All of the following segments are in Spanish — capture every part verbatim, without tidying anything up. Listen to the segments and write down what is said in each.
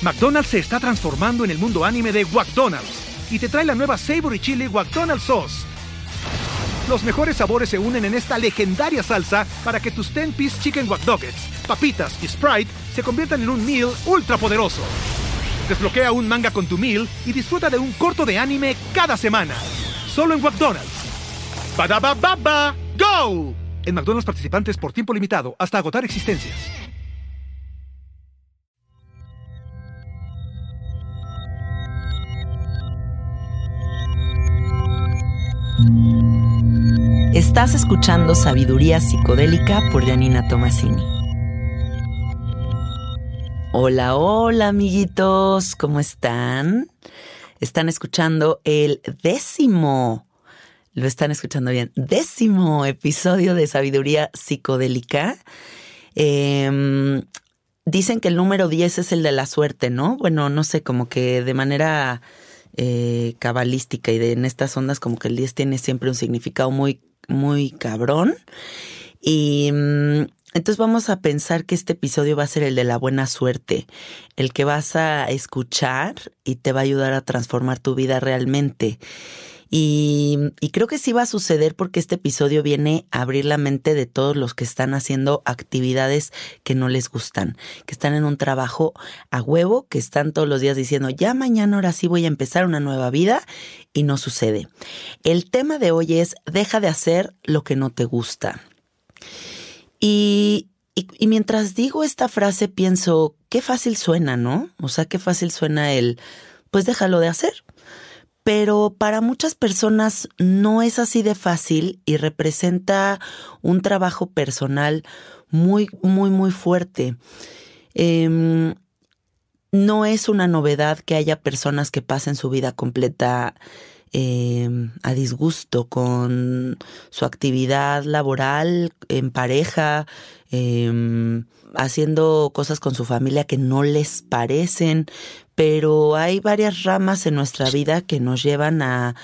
McDonald's se está transformando en el mundo anime de McDonald's y te trae la nueva Savory Chili McDonald's Sauce. Los mejores sabores se unen en esta legendaria salsa para que tus ten-piece chicken wack nuggets, papitas y Sprite se conviertan en un meal ultra poderoso. Desbloquea un manga con tu meal y disfruta de un corto de anime cada semana. Solo en McDonald's. ¡Badaba baba! ¡Go! En McDonald's participantes por tiempo limitado hasta agotar existencias. Estás escuchando Sabiduría Psicodélica por Janina Tomasini. Hola, hola amiguitos, ¿cómo están? Están escuchando el décimo, lo están escuchando bien, décimo episodio de Sabiduría Psicodélica. Eh, dicen que el número diez es el de la suerte, ¿no? Bueno, no sé, como que de manera eh, cabalística y de, en estas ondas como que el diez tiene siempre un significado muy, muy cabrón. Y mm, entonces vamos a pensar que este episodio va a ser el de la buena suerte, el que vas a escuchar y te va a ayudar a transformar tu vida realmente. Y, y creo que sí va a suceder porque este episodio viene a abrir la mente de todos los que están haciendo actividades que no les gustan, que están en un trabajo a huevo, que están todos los días diciendo, ya mañana ahora sí voy a empezar una nueva vida, y no sucede. El tema de hoy es, deja de hacer lo que no te gusta. Y, y, y mientras digo esta frase pienso, qué fácil suena, ¿no? O sea, qué fácil suena el, pues déjalo de hacer. Pero para muchas personas no es así de fácil y representa un trabajo personal muy, muy, muy fuerte. Eh, no es una novedad que haya personas que pasen su vida completa Eh, a disgusto con su actividad laboral, en pareja, eh, haciendo cosas con su familia que no les parecen, pero hay varias ramas en nuestra vida que nos llevan a,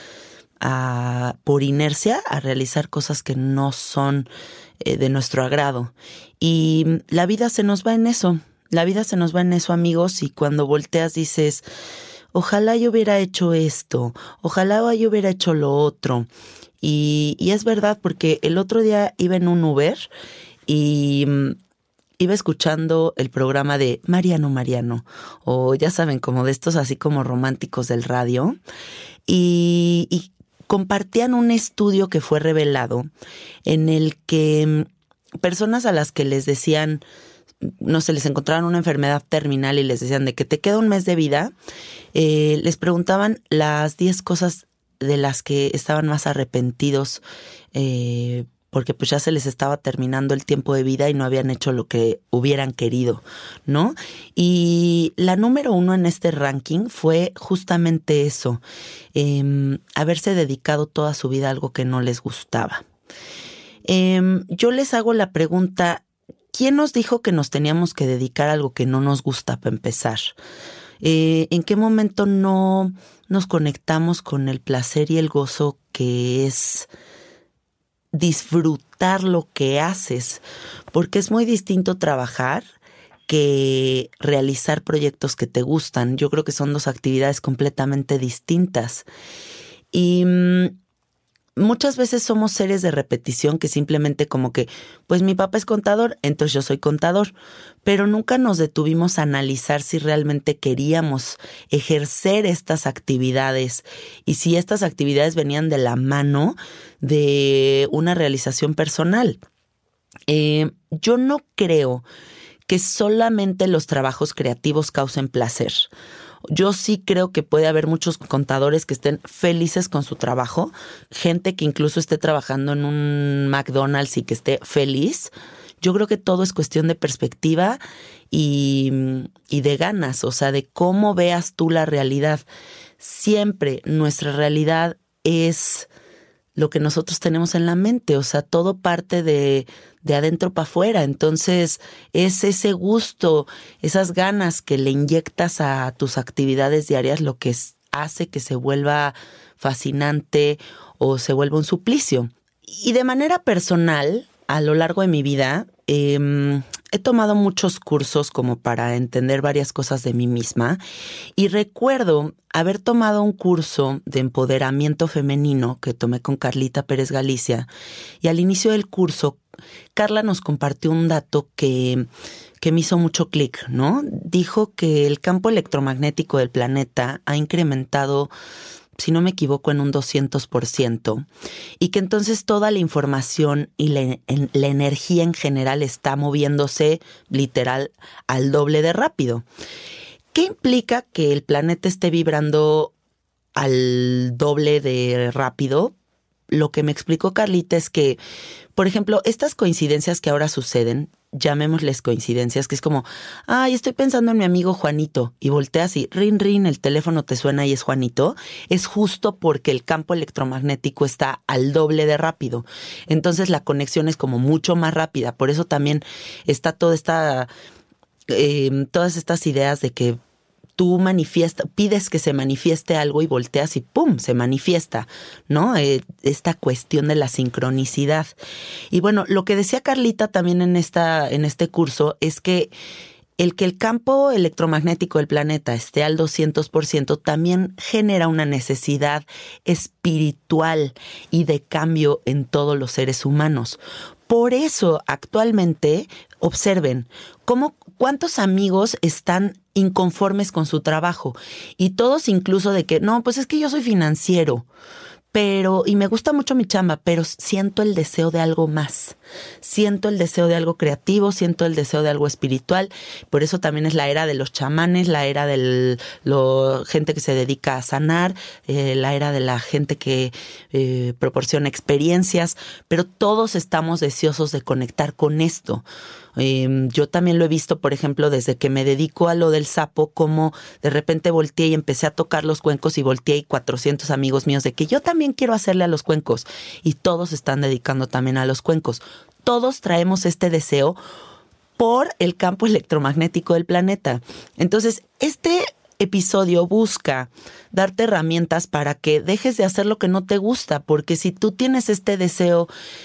a por inercia, a realizar cosas que no son eh, de nuestro agrado. Y la vida se nos va en eso, la vida se nos va en eso, amigos, y cuando volteas dices, ojalá yo hubiera hecho esto, ojalá yo hubiera hecho lo otro. Y, y es verdad, porque el otro día iba en un Uber y um, iba escuchando el programa de Mariano Mariano, o ya saben, como de estos así como románticos del radio, y, y compartían un estudio que fue revelado en el que um, personas a las que les decían, no sé, les encontraron una enfermedad terminal y les decían de que te queda un mes de vida, eh, les preguntaban las diez cosas de las que estaban más arrepentidos eh, porque pues ya se les estaba terminando el tiempo de vida y no habían hecho lo que hubieran querido, ¿no? Y la número uno en este ranking fue justamente eso, eh, haberse dedicado toda su vida a algo que no les gustaba. Eh, yo les hago la pregunta, ¿quién nos dijo que nos teníamos que dedicar a algo que no nos gusta para empezar? Eh, ¿En qué momento no nos conectamos con el placer y el gozo que es disfrutar lo que haces? Porque es muy distinto trabajar que realizar proyectos que te gustan. Yo creo que son dos actividades completamente distintas. Y muchas veces somos seres de repetición que simplemente como que, pues mi papá es contador, entonces yo soy contador, pero nunca nos detuvimos a analizar si realmente queríamos ejercer estas actividades y si estas actividades venían de la mano de una realización personal. Eh, yo no creo que solamente los trabajos creativos causen placer. Yo sí creo que puede haber muchos contadores que estén felices con su trabajo, gente que incluso esté trabajando en un McDonald's y que esté feliz. Yo creo que todo es cuestión de perspectiva y, y de ganas, o sea, de cómo veas tú la realidad. Siempre nuestra realidad es lo que nosotros tenemos en la mente, o sea, todo parte de, de adentro para afuera. Entonces, es ese gusto, esas ganas que le inyectas a tus actividades diarias lo que es, hace que se vuelva fascinante o se vuelva un suplicio. Y de manera personal, a lo largo de mi vida, eh, he tomado muchos cursos como para entender varias cosas de mí misma y recuerdo haber tomado un curso de empoderamiento femenino que tomé con Carlita Pérez Galicia y al inicio del curso Carla nos compartió un dato que, que me hizo mucho clic, ¿no? Dijo que el campo electromagnético del planeta ha incrementado, si no me equivoco, en un doscientos por ciento y que entonces toda la información y la, en, la energía en general está moviéndose literal al doble de rápido. ¿Qué implica que el planeta esté vibrando al doble de rápido? Lo que me explicó Carlita es que, por ejemplo, estas coincidencias que ahora suceden, llamémosles coincidencias, que es como, ay, estoy pensando en mi amigo Juanito, y volteas y rin, rin, el teléfono te suena y es Juanito, es justo porque el campo electromagnético está al doble de rápido. Entonces la conexión es como mucho más rápida. Por eso también está toda esta, eh, todas estas ideas de que tú manifiestas, pides que se manifieste algo y volteas y ¡pum!, se manifiesta, ¿no? Eh, esta cuestión de la sincronicidad. Y bueno, lo que decía Carlita también en, esta, en este curso es que el que el campo electromagnético del planeta esté al doscientos por ciento también genera una necesidad espiritual y de cambio en todos los seres humanos. Por eso, actualmente, observen cómo, cuántos amigos están inconformes con su trabajo y todos incluso de que, no, pues es que yo soy financiero, pero, y me gusta mucho mi chamba, pero siento el deseo de algo más. Siento el deseo de algo creativo, siento el deseo de algo espiritual. Por eso también es la era de los chamanes, la era de la gente que se dedica a sanar, eh, la era de la gente que eh, proporciona experiencias, pero todos estamos deseosos de conectar con esto. Eh, yo también lo he visto, por ejemplo, desde que me dedico a lo del sapo, como de repente volteé y empecé a tocar los cuencos y volteé y cuatrocientos amigos míos de que yo también quiero hacerle a los cuencos y todos están dedicando también a los cuencos. Todos traemos este deseo por el campo electromagnético del planeta. Entonces, este episodio busca darte herramientas para que dejes de hacer lo que no te gusta, porque si tú tienes este deseo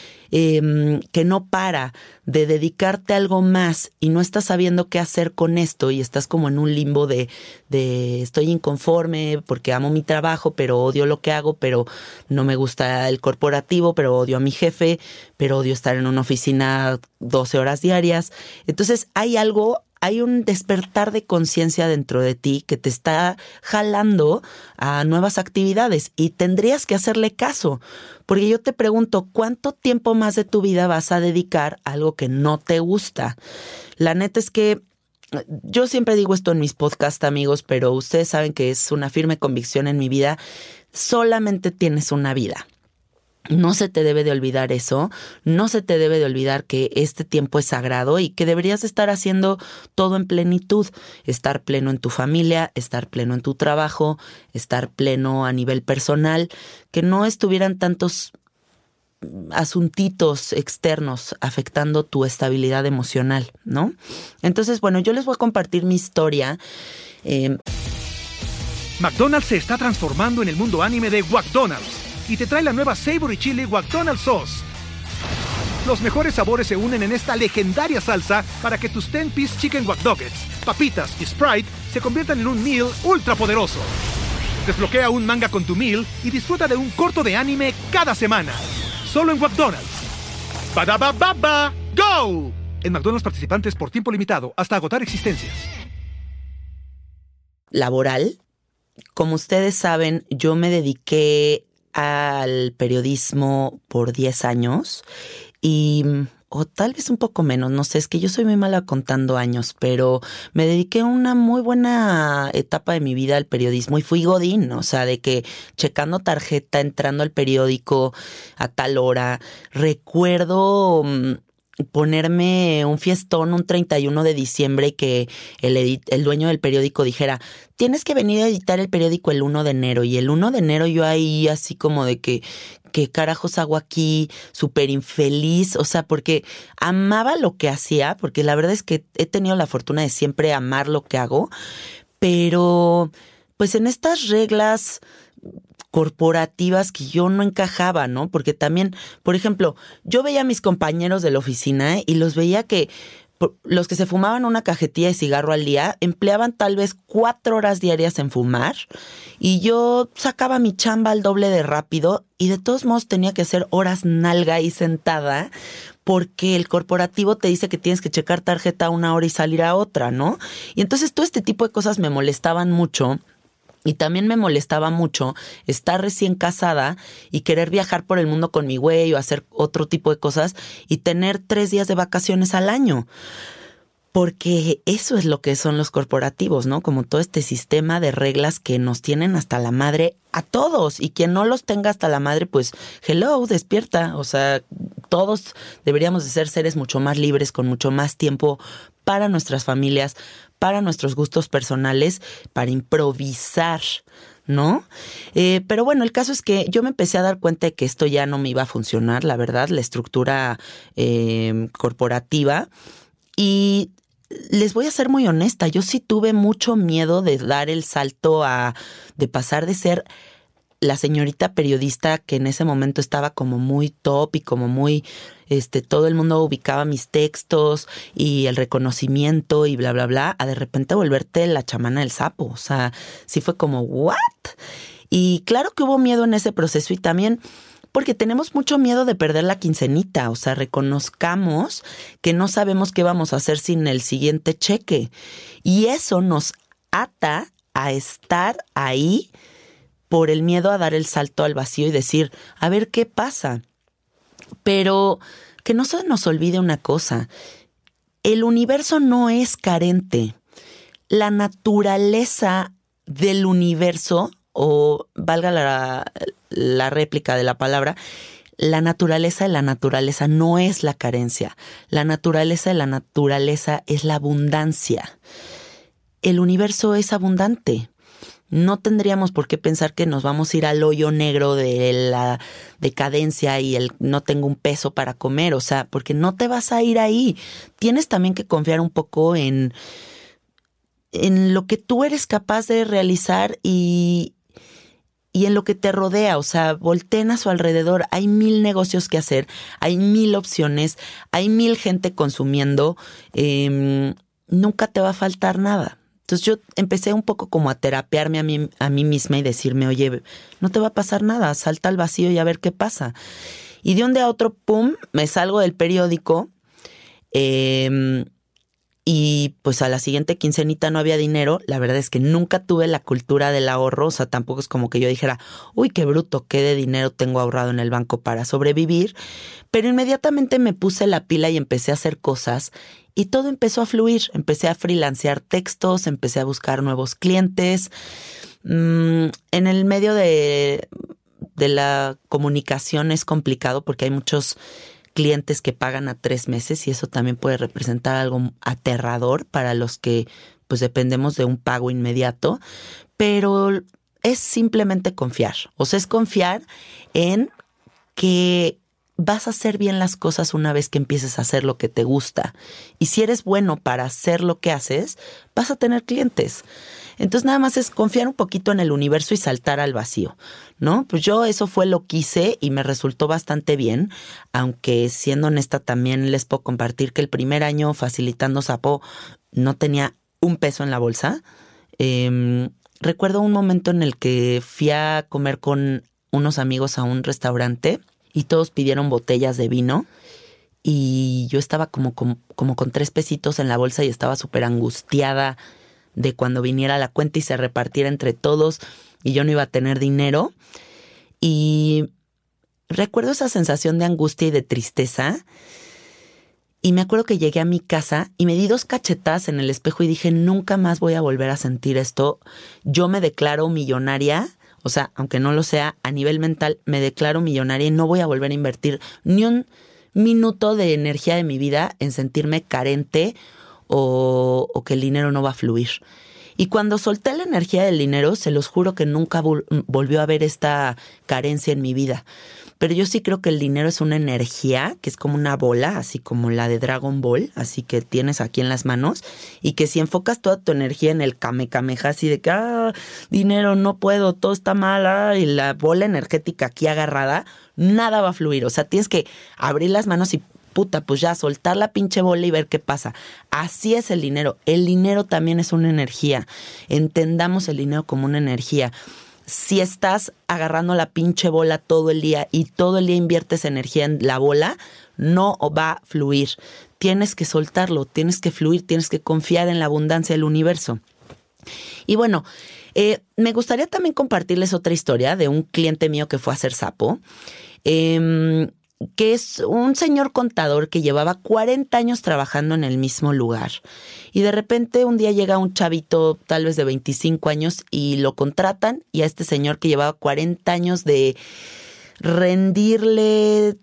Eh, que no para de dedicarte a algo más y no estás sabiendo qué hacer con esto y estás como en un limbo de, de estoy inconforme porque amo mi trabajo, pero odio lo que hago, pero no me gusta el corporativo, pero odio a mi jefe, pero odio estar en una oficina doce horas diarias. Entonces hay algo... Hay un despertar de conciencia dentro de ti que te está jalando a nuevas actividades y tendrías que hacerle caso. Porque yo te pregunto, ¿cuánto tiempo más de tu vida vas a dedicar a algo que no te gusta? La neta es que yo siempre digo esto en mis podcasts, amigos, pero ustedes saben que es una firme convicción en mi vida. Solamente tienes una vida. No se te debe de olvidar eso, no se te debe de olvidar que este tiempo es sagrado y que deberías estar haciendo todo en plenitud, estar pleno en tu familia, estar pleno en tu trabajo, estar pleno a nivel personal, que no estuvieran tantos asuntitos externos afectando tu estabilidad emocional, ¿no? Entonces, bueno, yo les voy a compartir mi historia. Eh... McDonald's se está transformando en el mundo anime de McDonald's y te trae la nueva Savory Chili McDonald's Sauce. Los mejores sabores se unen en esta legendaria salsa para que tus ten-piece chicken wack nuggets, papitas y Sprite se conviertan en un meal ultra poderoso. Desbloquea un manga con tu meal y disfruta de un corto de anime cada semana. Solo en McDonald's. ¡Badaba baba! ¡Go! En McDonald's participantes por tiempo limitado hasta agotar existencias. Laboral. Como ustedes saben, yo me dediqué al periodismo por diez años y, o tal vez un poco menos, no sé, es que yo soy muy mala contando años, pero me dediqué a una muy buena etapa de mi vida al periodismo y fui godín, o sea, de que checando tarjeta, entrando al periódico a tal hora. Recuerdo ponerme un fiestón un treinta y uno de diciembre y que el, edit, el dueño del periódico dijera, tienes que venir a editar el periódico el uno de enero. Y el uno de enero yo ahí así como de que, ¿qué carajos hago aquí? Súper infeliz, o sea, porque amaba lo que hacía, porque la verdad es que he tenido la fortuna de siempre amar lo que hago, pero pues en estas reglas corporativas que yo no encajaba, ¿no? Porque también, por ejemplo, yo veía a mis compañeros de la oficina y los veía que, los que se fumaban una cajetilla de cigarro al día empleaban tal vez cuatro horas diarias en fumar y yo sacaba mi chamba al doble de rápido y de todos modos tenía que hacer horas nalga ahí sentada porque el corporativo te dice que tienes que checar tarjeta una hora y salir a otra, ¿no? Y entonces todo este tipo de cosas me molestaban mucho. Y también me molestaba mucho estar recién casada y querer viajar por el mundo con mi güey o hacer otro tipo de cosas y tener tres días de vacaciones al año. Porque eso es lo que son los corporativos, ¿no? Como todo este sistema de reglas que nos tienen hasta la madre a todos. Y quien no los tenga hasta la madre, pues, hello, despierta. O sea, todos deberíamos de ser seres mucho más libres, con mucho más tiempo para nuestras familias, para nuestros gustos personales, para improvisar, ¿no? Eh, pero bueno, el caso es que yo me empecé a dar cuenta de que esto ya no me iba a funcionar, la verdad, la estructura eh, corporativa. Y les voy a ser muy honesta, yo sí tuve mucho miedo de dar el salto a, de pasar de ser la señorita periodista que en ese momento estaba como muy top y como muy, este, todo el mundo ubicaba mis textos y el reconocimiento y bla, bla, bla, a de repente volverte la chamana del sapo. O sea, sí fue como, ¿what? Y claro que hubo miedo en ese proceso y también porque tenemos mucho miedo de perder la quincenita. O sea, reconozcamos que no sabemos qué vamos a hacer sin el siguiente cheque. Y eso nos ata a estar ahí por el miedo a dar el salto al vacío y decir, a ver qué pasa. Pero que no se nos olvide una cosa, el universo no es carente. La naturaleza del universo, o valga la, la réplica de la palabra, la naturaleza de la naturaleza no es la carencia. La naturaleza de la naturaleza es la abundancia. El universo es abundante. No tendríamos por qué pensar que nos vamos a ir al hoyo negro de la decadencia y el no tengo un peso para comer, o sea, porque no te vas a ir ahí. Tienes también que confiar un poco en, en lo que tú eres capaz de realizar y, y en lo que te rodea. O sea, volteen a su alrededor. Hay mil negocios que hacer, hay mil opciones, hay mil gente consumiendo. Eh, nunca te va a faltar nada. Entonces yo empecé un poco como a terapearme a mí, a mí misma y decirme, oye, no te va a pasar nada, salta al vacío y a ver qué pasa. Y de un día a otro, pum, me salgo del periódico eh, y pues a la siguiente quincenita no había dinero. La verdad es que nunca tuve la cultura del ahorro, o sea, tampoco es como que yo dijera, uy, qué bruto, qué de dinero tengo ahorrado en el banco para sobrevivir. Pero inmediatamente me puse la pila y empecé a hacer cosas. Y todo empezó a fluir. Empecé a freelancear textos, empecé a buscar nuevos clientes. Mm, en el medio de, de la comunicación es complicado porque hay muchos clientes que pagan a tres meses y eso también puede representar algo aterrador para los que pues dependemos de un pago inmediato. Pero es simplemente confiar. O sea, es confiar en que vas a hacer bien las cosas una vez que empieces a hacer lo que te gusta. Y si eres bueno para hacer lo que haces, vas a tener clientes. Entonces nada más es confiar un poquito en el universo y saltar al vacío, ¿no? Pues yo eso fue lo que hice y me resultó bastante bien, aunque siendo honesta también les puedo compartir que el primer año facilitando Sapo no tenía un peso en la bolsa. Eh, recuerdo un momento en el que fui a comer con unos amigos a un restaurante y todos pidieron botellas de vino y yo estaba como, como, como con tres pesitos en la bolsa y estaba súper angustiada de cuando viniera la cuenta y se repartiera entre todos y yo no iba a tener dinero. Y recuerdo esa sensación de angustia y de tristeza y me acuerdo que llegué a mi casa y me di dos cachetadas en el espejo y dije, nunca más voy a volver a sentir esto. Yo me declaro millonaria. O sea, aunque no lo sea, a nivel mental me declaro millonaria y no voy a volver a invertir ni un minuto de energía de mi vida en sentirme carente o, o que el dinero no va a fluir. Y cuando solté la energía del dinero, se los juro que nunca vol- volvió a haber esta carencia en mi vida. Pero yo sí creo que el dinero es una energía que es como una bola, así como la de Dragon Ball, así que tienes aquí en las manos, y que si enfocas toda tu energía en el Kamehameha, así de que, ah, dinero, no puedo, todo está mal, ah, y la bola energética aquí agarrada, nada va a fluir. O sea, tienes que abrir las manos y puta, pues ya soltar la pinche bola y ver qué pasa. Así es el dinero. El dinero también es una energía. Entendamos el dinero como una energía. Si estás agarrando la pinche bola todo el día y todo el día inviertes energía en la bola, no va a fluir. Tienes que soltarlo, tienes que fluir, tienes que confiar en la abundancia del universo. Y bueno, eh, me gustaría también compartirles otra historia de un cliente mío que fue a hacer sapo, eh, que es un señor contador que llevaba cuarenta años trabajando en el mismo lugar. Y de repente un día llega un chavito tal vez de veinticinco años y lo contratan, y a este señor que llevaba cuarenta años de rendirle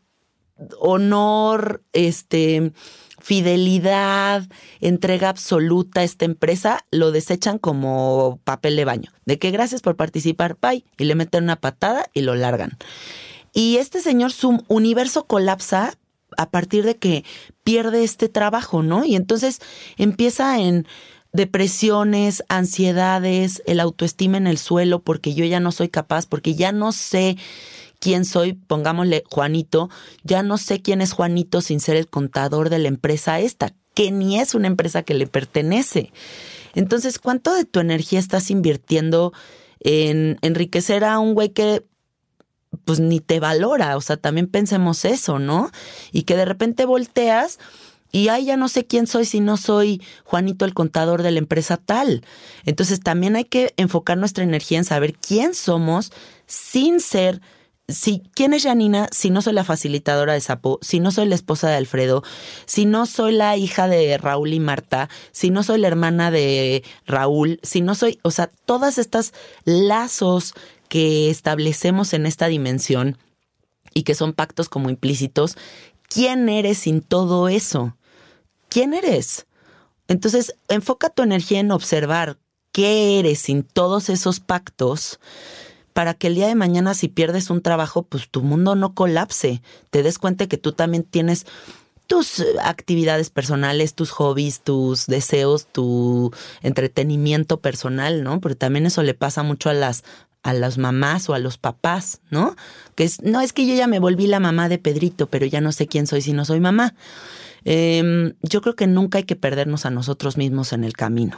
honor, este, fidelidad, entrega absoluta a esta empresa, lo desechan como papel de baño. De que gracias por participar, bye, y le meten una patada y lo largan. Y este señor, su universo colapsa a partir de que pierde este trabajo, ¿no? Y entonces empieza en depresiones, ansiedades, el autoestima en el suelo, porque yo ya no soy capaz, porque ya no sé quién soy, pongámosle Juanito, ya no sé quién es Juanito sin ser el contador de la empresa esta, que ni es una empresa que le pertenece. Entonces, ¿cuánto de tu energía estás invirtiendo en enriquecer a un güey que pues ni te valora? O sea, también pensemos eso, ¿no? Y que de repente volteas y ay, ya no sé quién soy si no soy Juanito el contador de la empresa tal. Entonces también hay que enfocar nuestra energía en saber quién somos sin ser, si, quién es Janina si no soy la facilitadora de Sapo, si no soy la esposa de Alfredo, si no soy la hija de Raúl y Marta, si no soy la hermana de Raúl, si no soy, o sea, todas estas lazos que establecemos en esta dimensión y que son pactos como implícitos. ¿Quién eres sin todo eso? ¿Quién eres? Entonces, enfoca tu energía en observar qué eres sin todos esos pactos para que el día de mañana, si pierdes un trabajo, pues tu mundo no colapse. Te des cuenta que tú también tienes tus actividades personales, tus hobbies, tus deseos, tu entretenimiento personal, ¿no? Porque también eso le pasa mucho a las a las mamás o a los papás, ¿no? Que es, no, es que yo ya me volví la mamá de Pedrito, pero ya no sé quién soy si no soy mamá. Eh, yo creo que nunca hay que perdernos a nosotros mismos en el camino.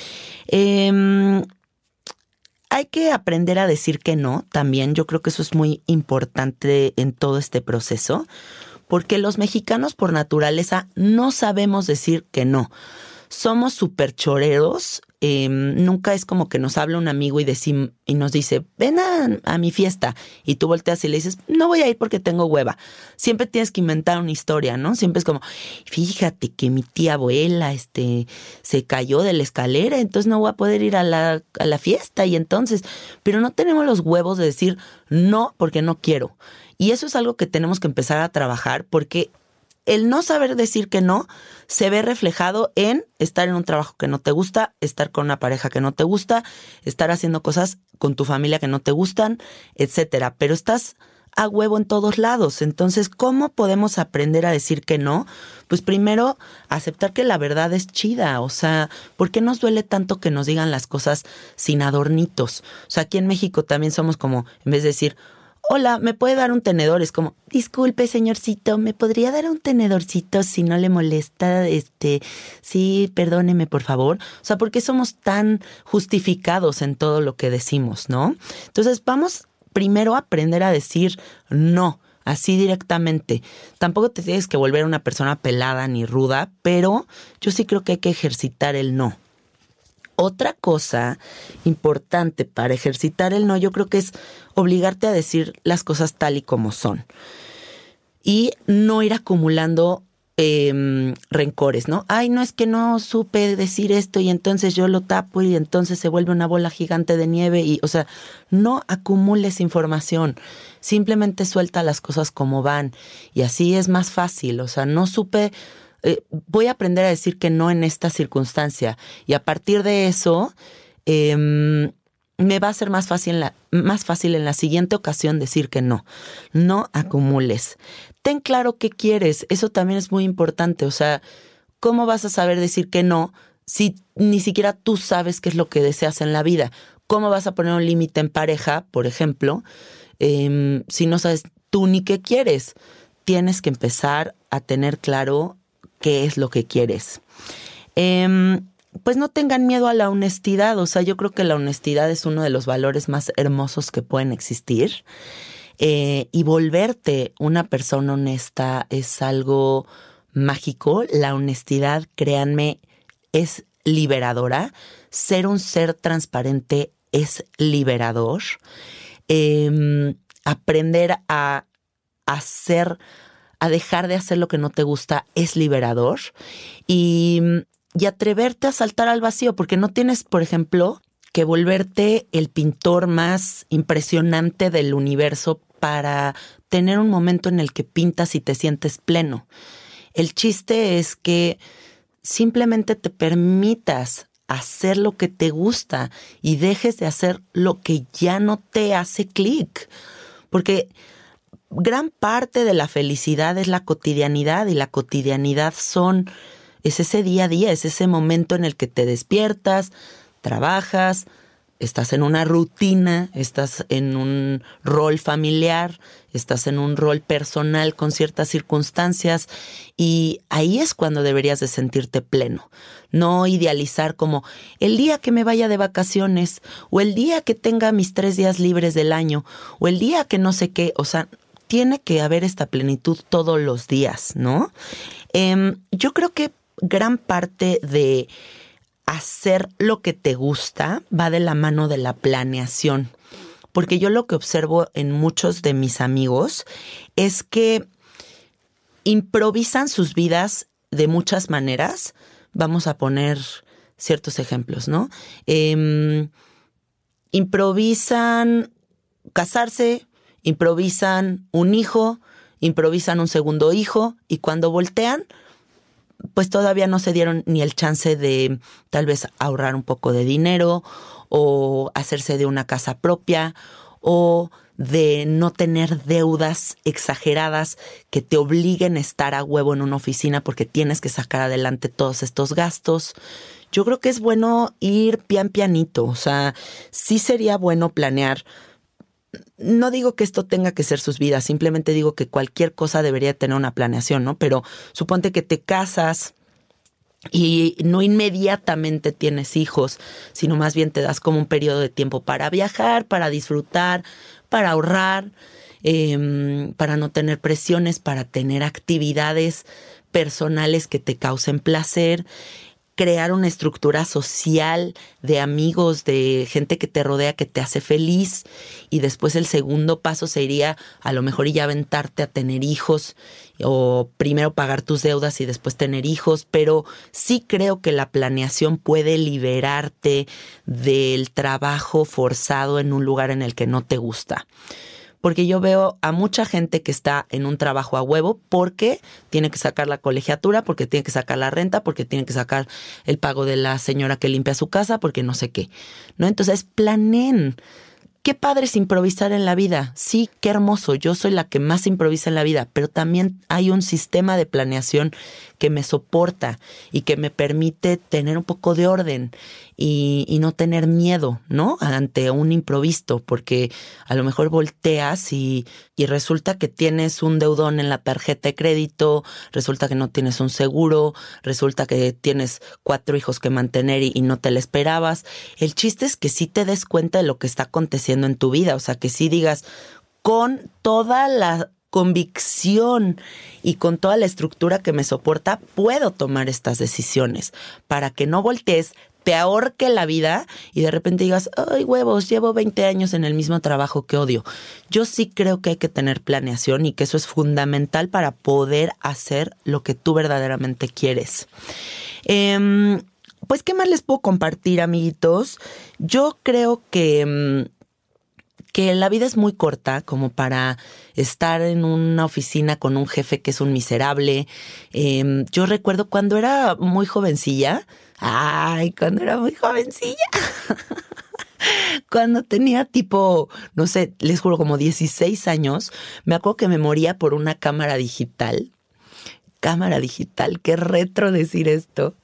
Eh, hay que aprender a decir que no también. Yo creo que eso es muy importante en todo este proceso, porque los mexicanos por naturaleza no sabemos decir que no. Somos súper choreros. Eh, nunca es como que nos habla un amigo y, decim, y nos dice, ven a, a mi fiesta. Y tú volteas y le dices, no voy a ir porque tengo hueva. Siempre tienes que inventar una historia, ¿no? Siempre es como, fíjate que mi tía abuela este, se cayó de la escalera, entonces no voy a poder ir a la, a la fiesta. Y entonces, pero no tenemos los huevos de decir no porque no quiero. Y eso es algo que tenemos que empezar a trabajar, porque el no saber decir que no se ve reflejado en estar en un trabajo que no te gusta, estar con una pareja que no te gusta, estar haciendo cosas con tu familia que no te gustan, etcétera. Pero estás a huevo en todos lados. Entonces, ¿cómo podemos aprender a decir que no? Pues primero, aceptar que la verdad es chida. O sea, ¿por qué nos duele tanto que nos digan las cosas sin adornitos? O sea, aquí en México también somos como, en vez de decir, hola, ¿me puede dar un tenedor? Es como, disculpe, señorcito, ¿me podría dar un tenedorcito si no le molesta? Este, sí, perdóneme, por favor. O sea, ¿por qué somos tan justificados en todo lo que decimos, no? Entonces, vamos primero a aprender a decir no, así directamente. Tampoco te tienes que volver una persona pelada ni ruda, pero yo sí creo que hay que ejercitar el no. Otra cosa importante para ejercitar el no, yo creo que es obligarte a decir las cosas tal y como son. Y no ir acumulando eh, rencores, ¿no? Ay, no, es que no supe decir esto y entonces yo lo tapo y entonces se vuelve una bola gigante de nieve. Y, o sea, no acumules información. Simplemente suelta las cosas como van. Y así es más fácil. O sea, no supe... Eh, voy a aprender a decir que no en esta circunstancia y a partir de eso eh, me va a ser más fácil, en la, más fácil en la siguiente ocasión decir que no. No acumules. Ten claro qué quieres. Eso también es muy importante. O sea, ¿cómo vas a saber decir que no si ni siquiera tú sabes qué es lo que deseas en la vida? ¿Cómo vas a poner un límite en pareja, por ejemplo, eh, si no sabes tú ni qué quieres? tienes que empezar a tener claro qué es lo que quieres. Eh, pues no tengan miedo a la honestidad. O sea, yo creo que la honestidad es uno de los valores más hermosos que pueden existir. Eh, y volverte una persona honesta es algo mágico. La honestidad, créanme, es liberadora. Ser un ser transparente es liberador. Eh, aprender a hacer, a dejar de hacer lo que no te gusta es liberador. Y, y atreverte a saltar al vacío, porque no tienes, por ejemplo, que volverte el pintor más impresionante del universo para tener un momento en el que pintas y te sientes pleno. El chiste es que simplemente te permitas hacer lo que te gusta y dejes de hacer lo que ya no te hace clic. Porque gran parte de la felicidad es la cotidianidad, y la cotidianidad son, es ese día a día, es ese momento en el que te despiertas, trabajas, estás en una rutina, estás en un rol familiar, estás en un rol personal con ciertas circunstancias, y ahí es cuando deberías de sentirte pleno. No idealizar como el día que me vaya de vacaciones, o el día que tenga mis tres días libres del año, o el día que no sé qué. O sea, tiene que haber esta plenitud todos los días, ¿no? Eh, yo creo que gran parte de hacer lo que te gusta va de la mano de la planeación. Porque yo lo que observo en muchos de mis amigos es que improvisan sus vidas de muchas maneras. Vamos a poner ciertos ejemplos, ¿no? Eh, improvisan casarse, improvisan un hijo, improvisan un segundo hijo, y cuando voltean, pues todavía no se dieron ni el chance de tal vez ahorrar un poco de dinero, o hacerse de una casa propia, o de no tener deudas exageradas que te obliguen a estar a huevo en una oficina porque tienes que sacar adelante todos estos gastos. Yo creo que es bueno ir pian pianito. O sea, sí sería bueno planear. No digo que esto tenga que ser sus vidas, simplemente digo que cualquier cosa debería tener una planeación, ¿no? Pero suponte que te casas y no inmediatamente tienes hijos, sino más bien te das como un periodo de tiempo para viajar, para disfrutar, para ahorrar, eh, para no tener presiones, para tener actividades personales que te causen placer. Crear una estructura social de amigos, de gente que te rodea, que te hace feliz. Y después el segundo paso sería a lo mejor ya aventarte a tener hijos, o primero pagar tus deudas y después tener hijos. Pero sí creo que la planeación puede liberarte del trabajo forzado en un lugar en el que no te gusta. Porque yo veo a mucha gente que está en un trabajo a huevo porque tiene que sacar la colegiatura, porque tiene que sacar la renta, porque tiene que sacar el pago de la señora que limpia su casa, porque no sé qué, ¿no? Entonces, planeen. Qué padre es improvisar en la vida. Sí, qué hermoso. Yo soy la que más improvisa en la vida, pero también hay un sistema de planeación que me soporta y que me permite tener un poco de orden y, y no tener miedo, ¿no? Ante un improviso, porque a lo mejor volteas y, y resulta que tienes un deudón en la tarjeta de crédito, resulta que no tienes un seguro, resulta que tienes cuatro hijos que mantener y, y no te lo esperabas. El chiste es que sí te des cuenta de lo que está aconteciendo en tu vida, o sea, que sí digas con toda la convicción y con toda la estructura que me soporta, puedo tomar estas decisiones, para que no voltees, te ahorque la vida y de repente digas, ay huevos, llevo veinte años en el mismo trabajo que odio. Yo sí creo que hay que tener planeación y que eso es fundamental para poder hacer lo que tú verdaderamente quieres. Eh, pues, ¿qué más les puedo compartir, amiguitos? Yo creo que... que la vida es muy corta como para estar en una oficina con un jefe que es un miserable. Eh, yo recuerdo cuando era muy jovencilla, ay, cuando era muy jovencilla, cuando tenía tipo, no sé, les juro, como dieciséis años, me acuerdo que me moría por una cámara digital cámara digital, qué retro decir esto.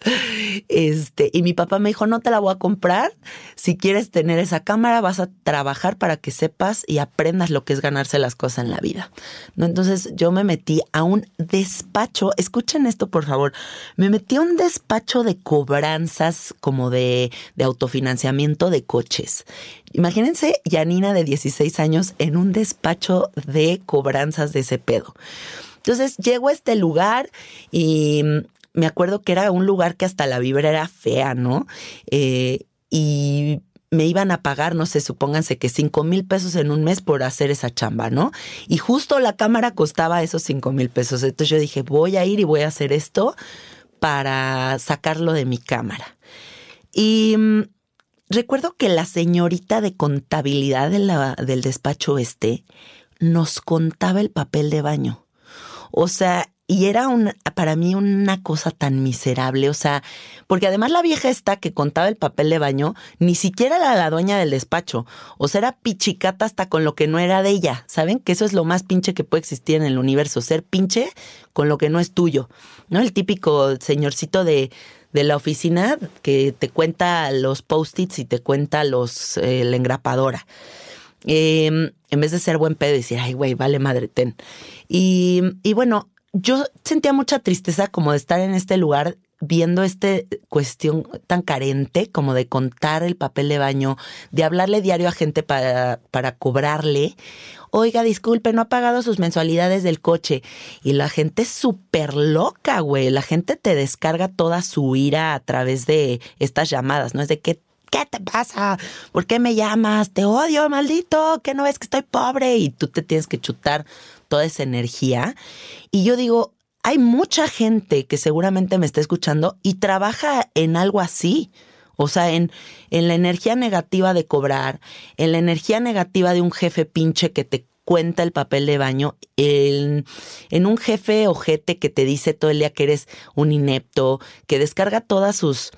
Este, y mi papá me dijo, no te la voy a comprar. Si quieres tener esa cámara, vas a trabajar para que sepas y aprendas lo que es ganarse las cosas en la vida, ¿no? Entonces yo me metí a un despacho, escuchen esto por favor, me metí a un despacho de cobranzas como de, de autofinanciamiento de coches. Imagínense Yanina de dieciséis años en un despacho de cobranzas de ese pedo. Entonces llego a este lugar y me acuerdo que era un lugar que hasta la vibra era fea, ¿no? Eh, y me iban a pagar, no sé, supónganse que cinco mil pesos en un mes por hacer esa chamba, ¿no? Y justo la cámara costaba esos cinco mil pesos. Entonces yo dije, voy a ir y voy a hacer esto para sacarlo de mi cámara. Y mmm, recuerdo que la señorita de contabilidad de la, del despacho este nos contaba el papel de baño. O sea, y era un, para mí una cosa tan miserable, o sea, porque además la vieja esta que contaba el papel de baño, ni siquiera era la dueña del despacho, o sea, era pichicata hasta con lo que no era de ella, ¿saben? Que eso es lo más pinche que puede existir en el universo, ser pinche con lo que no es tuyo, ¿no? El típico señorcito de, de la oficina que te cuenta los post-its y te cuenta los, eh, la engrapadora. Eh, en vez de ser buen pedo y decir, ay, güey, vale madre, ten. Y, y bueno, yo sentía mucha tristeza como de estar en este lugar viendo esta cuestión tan carente como de contar el papel de baño, de hablarle diario a gente para, para cobrarle. Oiga, disculpe, no ha pagado sus mensualidades del coche. Y la gente es súper loca, güey. La gente te descarga toda su ira a través de estas llamadas, ¿no? Es de que, ¿qué te pasa? ¿Por qué me llamas? Te odio, maldito. ¿Qué no ves que estoy pobre? Y tú te tienes que chutar toda esa energía. Y yo digo, hay mucha gente que seguramente me está escuchando y trabaja en algo así. O sea, en, en la energía negativa de cobrar, en la energía negativa de un jefe pinche que te cuenta el papel de baño, en, en un jefe ojete que te dice todo el día que eres un inepto, que descarga todas sus,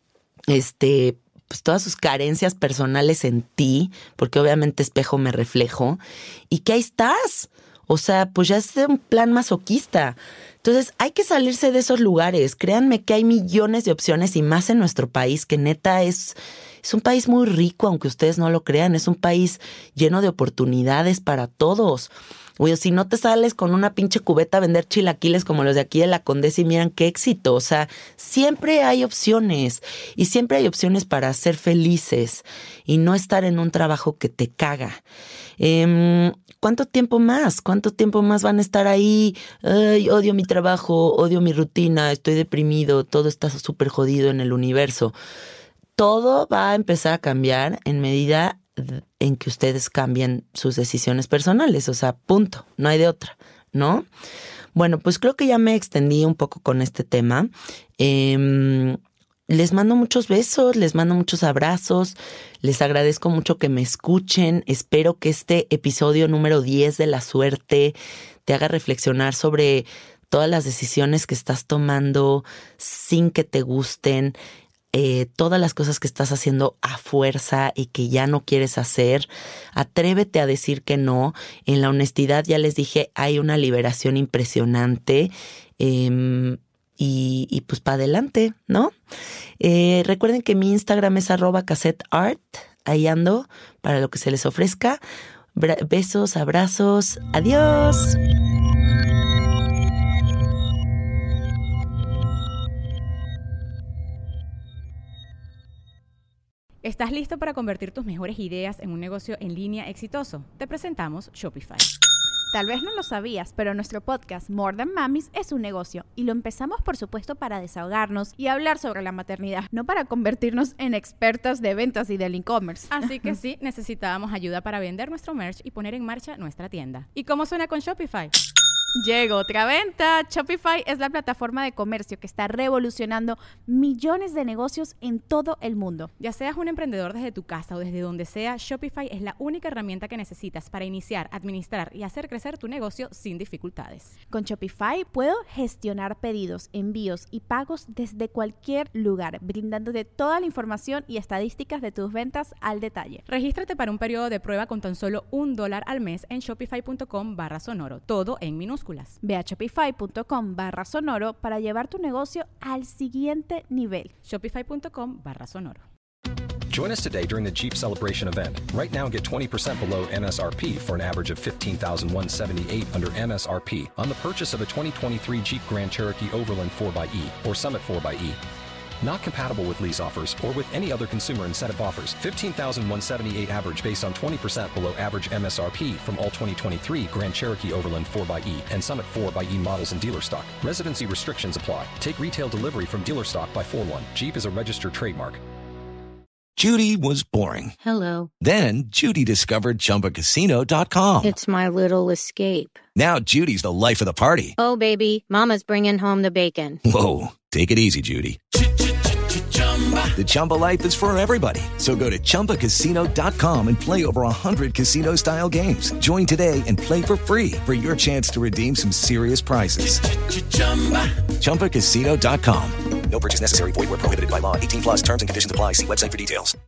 este, pues todas sus carencias personales en ti, porque obviamente espejo me reflejo, y que ahí estás. O sea, pues ya es un plan masoquista. Entonces hay que salirse de esos lugares. Créanme que hay millones de opciones y más en nuestro país, que neta es, es un país muy rico, aunque ustedes no lo crean. Es un país lleno de oportunidades para todos. Oye, si no te sales con una pinche cubeta a vender chilaquiles como los de aquí de la Condesa y miran qué éxito. O sea, siempre hay opciones y siempre hay opciones para ser felices y no estar en un trabajo que te caga. Eh, ¿Cuánto tiempo más? ¿Cuánto tiempo más van a estar ahí? Ay, odio mi trabajo, odio mi rutina, estoy deprimido, todo está súper jodido en el universo. Todo va a empezar a cambiar en medida en que ustedes cambien sus decisiones personales, o sea, punto, no hay de otra, ¿no? Bueno, pues creo que ya me extendí un poco con este tema. Eh, Les mando muchos besos, les mando muchos abrazos, les agradezco mucho que me escuchen. Espero que este episodio número diez de La Suerte te haga reflexionar sobre todas las decisiones que estás tomando sin que te gusten, eh, todas las cosas que estás haciendo a fuerza y que ya no quieres hacer. Atrévete a decir que no. En la honestidad, ya les dije, hay una liberación impresionante. Eh, Y, y pues para adelante, ¿no? Eh, recuerden que mi Instagram es arroba cassetteart. Ahí ando para lo que se les ofrezca. Bra- besos, abrazos. Adiós. ¿Estás listo para convertir tus mejores ideas en un negocio en línea exitoso? Te presentamos Shopify. Tal vez no lo sabías, pero nuestro podcast More Than Mamis es un negocio y lo empezamos por supuesto para desahogarnos y hablar sobre la maternidad, no para convertirnos en expertas de ventas y del e-commerce. Así que sí, necesitábamos ayuda para vender nuestro merch y poner en marcha nuestra tienda. ¿Y cómo suena con Shopify? Llegó otra venta. Shopify es la plataforma de comercio que está revolucionando millones de negocios en todo el mundo. Ya seas un emprendedor desde tu casa o desde donde sea, Shopify es la única herramienta que necesitas para iniciar, administrar y hacer crecer tu negocio sin dificultades. Con Shopify puedo gestionar pedidos, envíos y pagos desde cualquier lugar, brindándote toda la información y estadísticas de tus ventas al detalle. Regístrate para un periodo de prueba con tan solo un dólar al mes en shopify punto com barra sonoro, todo en minúsculas. minúsculas. Ve a shopify.com barra sonoro para llevar tu negocio al siguiente nivel. Shopify.com barra sonoro. Join us today during the Jeep Celebration event. Right now, get twenty percent below M S R P for an average of fifteen thousand one hundred seventy-eight dollars under M S R P on the purchase of a twenty twenty-three Jeep Grand Cherokee Overland four by E or Summit four by E. Not compatible with lease offers or with any other consumer incentive offers. fifteen thousand one hundred seventy-eight dollars average based on twenty percent below average M S R P from all twenty twenty-three Grand Cherokee Overland four by E and Summit four by E models in dealer stock. Residency restrictions apply. Take retail delivery from dealer stock by four one. Jeep is a registered trademark. Judy was boring. Hello. Then Judy discovered Chumba Casino dot com. It's my little escape. Now Judy's the life of the party. Oh, baby, mama's bringing home the bacon. Whoa, take it easy, Judy. The Chumba life is for everybody. So go to Chumba Casino dot com and play over one hundred casino-style games. Join today and play for free for your chance to redeem some serious prizes. Chumba Casino dot com. No purchase necessary. Void where prohibited by law. eighteen plus terms and conditions apply. See website for details.